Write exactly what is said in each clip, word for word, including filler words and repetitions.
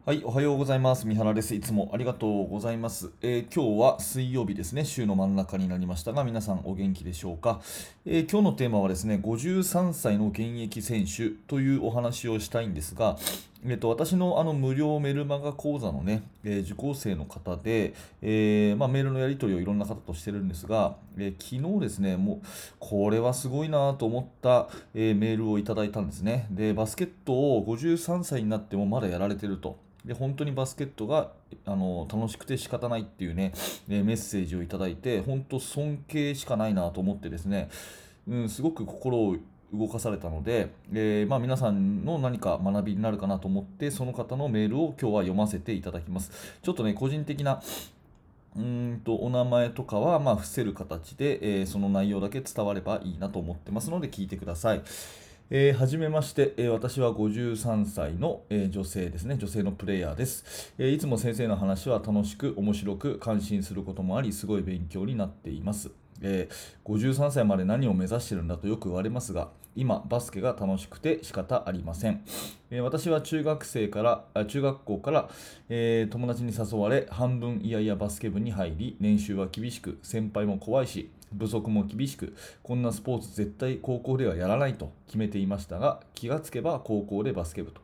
はい、おはようございます。三原です。いつもありがとうございます。えー今日は水曜日ですね。週の真ん中になりましたが、皆さんお元気でしょうか。えー今日のテーマはですね、ごじゅうさんさいの現役選手というお話をしたいんですが、えっと、私のあの無料メルマガ講座のね、えー受講生の方で、えーまあ、メールのやり取りをいろんな方としてるんですが、えー昨日ですね、もうこれはすごいなと思った、えーメールをいただいたんですね。で、バスケットをごじゅうさんさいになってもまだやられてると。で、本当にバスケットがあの楽しくて仕方ないっていうね、えーメッセージをいただいて、本当尊敬しかないなと思ってですね、うん、すごく心を動かされたので、えーまあ、皆さんの何か学びになるかなと思って、その方のメールを今日は読ませていただきます。ちょっとね、個人的なうーんとお名前とかはまあ伏せる形で、えーその内容だけ伝わればいいなと思ってますので聞いてください。えーはじめまして、えー私はごじゅうさんさいの、えー女性ですね、女性のプレイヤーです、えーいつも先生の話は楽しく、面白く、感心することもあり、すごい勉強になっています。えーごじゅうさんさいまで何を目指してるんだとよく言われますが、今、バスケが楽しくて仕方ありません。えー私は中学生から、あ中学校から、えー友達に誘われ、半分いやいやバスケ部に入り、練習は厳しく、先輩も怖いし、部則も厳しく、こんなスポーツ絶対高校ではやらないと決めていましたが、気がつけば高校でバスケ部と。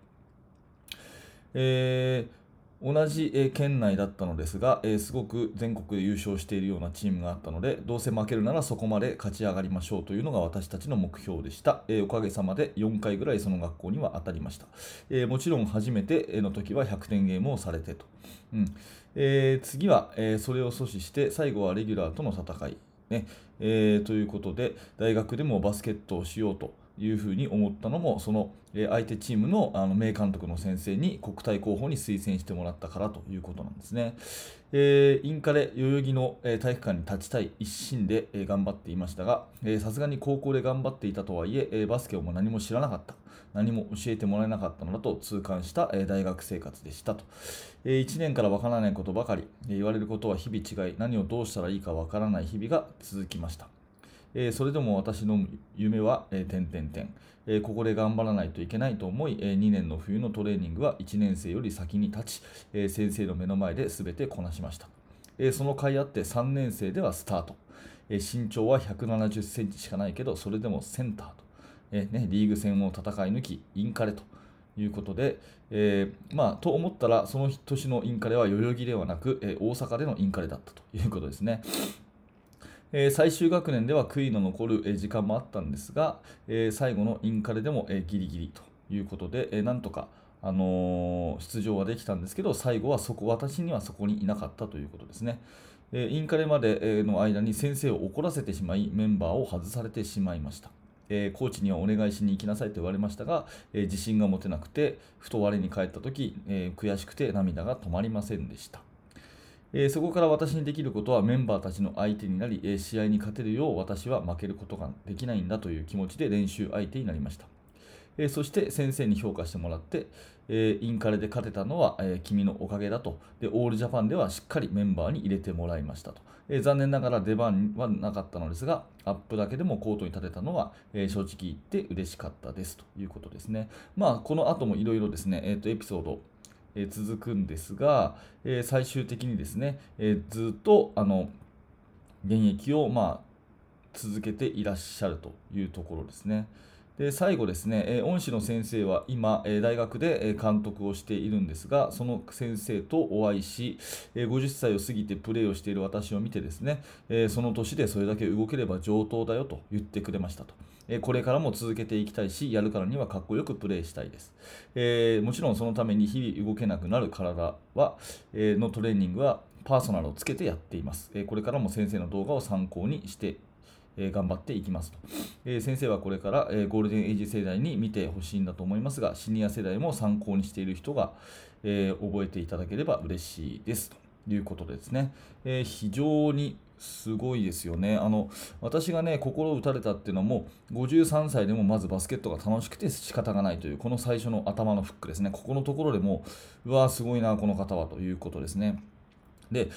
えー同じえー県内だったのですが、えーすごく全国で優勝しているようなチームがあったので、どうせ負けるならそこまで勝ち上がりましょうというのが私たちの目標でした。えーおかげさまでよんかいぐらいその学校には当たりました。えーもちろん初めての時はひゃくてんゲームをされてと。うんえー次は、えーそれを阻止して最後はレギュラーとの戦い。ねえーということで、大学でもバスケットをしようというふうに思ったのも、そのえー相手チームのあの名監督の先生に国体候補に推薦してもらったからということなんですね。えーインカレ代々木のえー体育館に立ちたい一心でえー頑張っていましたが、さすがに高校で頑張っていたとはいえ、えーバスケをも何も知らなかった。何も教えてもらえなかったのだと痛感したえー大学生活でしたと。えーいちねんからわからないことばかり、えー言われることは日々違い、何をどうしたらいいかわからない日々が続きました。えーそれでも私の夢は、えー点々点。えーここで頑張らないといけないと思い、えーにねんの冬のトレーニングはいちねん生より先に立ち、えー先生の目の前で全てこなしました。えーその甲斐あってさんねん生ではスタート。えー身長はひゃくななじゅっセンチしかないけど、それでもセンターと。えーね、リーグ戦を戦い抜き、インカレということで、えーまあ、と思ったら、その年のインカレは代々木ではなく、えー大阪でのインカレだったということですね。えー最終学年では悔いの残る、えー時間もあったんですが、えー最後のインカレでも、えーギリギリということで、えーなんとか、あのー出場はできたんですけど、最後はそこ、私にはそこにいなかったということですね。えーインカレまでえーの間に先生を怒らせてしまい、メンバーを外されてしまいました。えーコーチにはお願いしに行きなさいと言われましたが、えー自信が持てなくて、ふと我に返った時、えー悔しくて涙が止まりませんでした。えーそこから私にできることはメンバーたちの相手になり、えー試合に勝てるよう私は負けることができないんだという気持ちで練習相手になりました。えーそして先生に評価してもらって、えーインカレで勝てたのは、えー君のおかげだとで、オールジャパンではしっかりメンバーに入れてもらいましたと。えー残念ながら出番はなかったのですが、アップだけでもコートに立てたのは、えー正直言って嬉しかったですということですね。まあ、この後もいろいろですね、えーと、エピソード、えー続くんですが、えー最終的にですね、えーずっとあの現役を、まあ、続けていらっしゃるというところですね。で最後ですね、えー恩師の先生は今、えー大学でえー監督をしているんですが、その先生とお会いし、えーごじゅっさいを過ぎてプレーをしている私を見てですね、えーその年でそれだけ動ければ上等だよと言ってくれましたと。えーこれからも続けていきたいし、やるからにはかっこよくプレーしたいです。えーもちろんそのために日々動けなくなる体は、えーのトレーニングはパーソナルをつけてやっています。えーこれからも先生の動画を参考にしてえー頑張っていきますと。えー先生はこれから、えーゴールデンエイジ世代に見てほしいんだと思いますが、シニア世代も参考にしている人が、えー覚えていただければ嬉しいですということでですね。えー非常にすごいですよね。あの、私がね、心を打たれたっていうのも、ごじゅうさんさいでもまずバスケットが楽しくて仕方がないという、この最初の頭のフックですね。ここのところでもう、うわーすごいな、この方はということですね。で、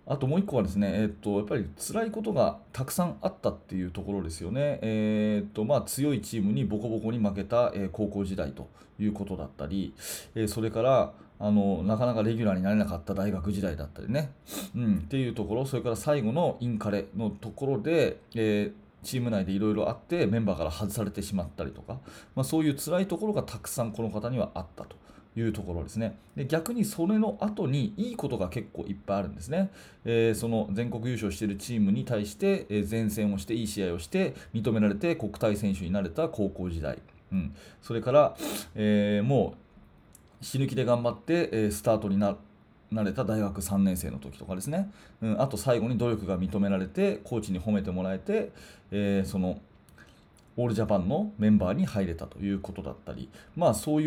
あともう一個はですね、えっと、やっぱり辛いことがたくさんあったっていうところですよね。えっと、まあ、強いチームにボコボコに負けた、えー高校時代ということだったり、えーそれから、あの、なかなかレギュラーになれなかった大学時代だったりね、うん、っていうところ、それから最後のインカレのところで、えーチーム内でいろいろあってメンバーから外されてしまったりとか、まあ、そういう辛いところがたくさんこの方にはあったというところですね。で逆にそれの後にいいことが結構いっぱいあるんですね。えーその全国優勝しているチームに対して、えー前線をしていい試合をして認められて国体選手になれた高校時代、うん、それから、えーもう死ぬ気で頑張って、えースタートにななれた大学さんねん生の時とかですね、うん、あと最後に努力が認められてコーチに褒めてもらえて、えーそのオールジャパンのメンバーに入れたということだったり、まあそういう、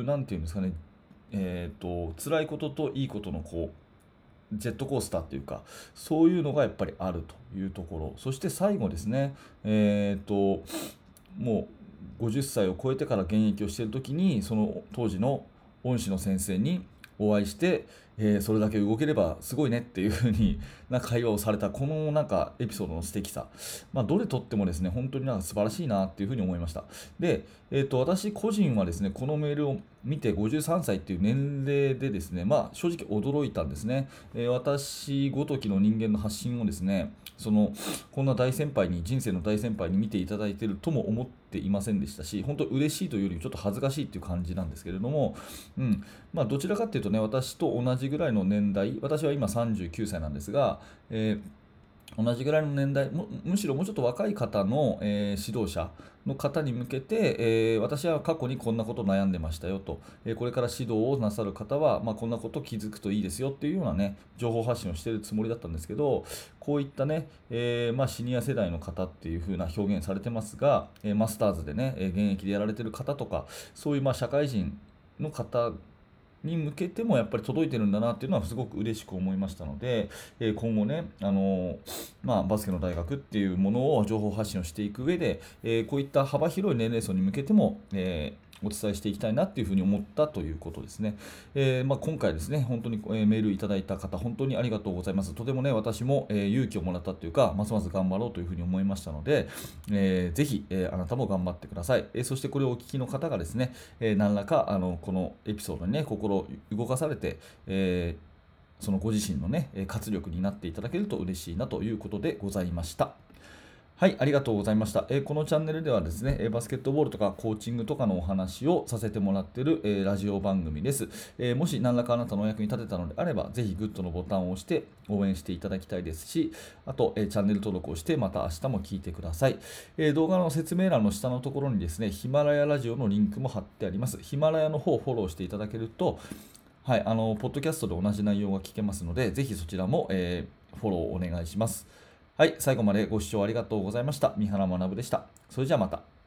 なんていうんですかね、えっと、辛いことといいことのこう、ジェットコースターっていうか、そういうのがやっぱりあるというところ、そして最後ですね、えっと、もうごじゅっさいを超えてから現役をしているときに、その当時の恩師の先生にお会いして、えーそれだけ動ければすごいねっていう風にな会話をされたこのなんかエピソードの素敵さ、まあ、どれとってもですね本当になんか素晴らしいなっていう風に思いました。で、えー、と私個人はですねこのメールを見てごじゅうさんさいっていう年齢でですね、まあ、正直驚いたんですね。えー私ごときの人間の発信をですねそのこんな大先輩に人生の大先輩に見ていただいているとも思っていませんでしたし、本当嬉しいというよりちょっと恥ずかしいっていう感じなんですけれども、うん、まあどちらかっていうとね、私と同じぐらいの年代、私は今さんじゅうきゅうさいなんですが、えー同じぐらいの年代、むむしろもうちょっと若い方の、えー指導者の方に向けて、えー私は過去にこんなこと悩んでましたよと、えーこれから指導をなさる方は、まあ、こんなこと気づくといいですよっていうようなね、情報発信をしているつもりだったんですけど、こういったね、えーまあ、シニア世代の方っていう風な表現されてますが、えーマスターズでね、えー現役でやられてる方とか、そういうまあ社会人の方に向けてもやっぱり届いてるんだなっていうのはすごく嬉しく思いましたので、えー今後ね、あのーまあ、バスケの大学っていうものを情報発信をしていく上で、えーこういった幅広い年齢層に向けても、えーお伝えしていきたいなっていうふうに思ったということですね。えーまあ、今回ですね、本当に、えーメールいただいた方、本当にありがとうございます。とてもね、私も、えー勇気をもらったというか、ますます頑張ろうというふうに思いましたので、えーぜひ、えーあなたも頑張ってください。えーそしてこれをお聞きの方がですね、えー何らかあのこのエピソードにね、心を動かされて、えーそのご自身のね、えー活力になっていただけると嬉しいなということでございました。はい、ありがとうございました。えーこのチャンネルではですね、えーバスケットボールとかコーチングとかのお話をさせてもらっている、えーラジオ番組です。えーもし何らかあなたのお役に立てたのであれば、ぜひグッドのボタンを押して応援していただきたいですし、あと、えーチャンネル登録をしてまた明日も聞いてください。えー動画の説明欄の下のところにですね、ヒマラヤラジオのリンクも貼ってあります。ヒマラヤの方をフォローしていただけると、はい、あの、ポッドキャストで同じ内容が聞けますので、ぜひそちらも、えーフォローお願いします。はい、最後までご視聴ありがとうございました。三原学でした。それじゃあまた。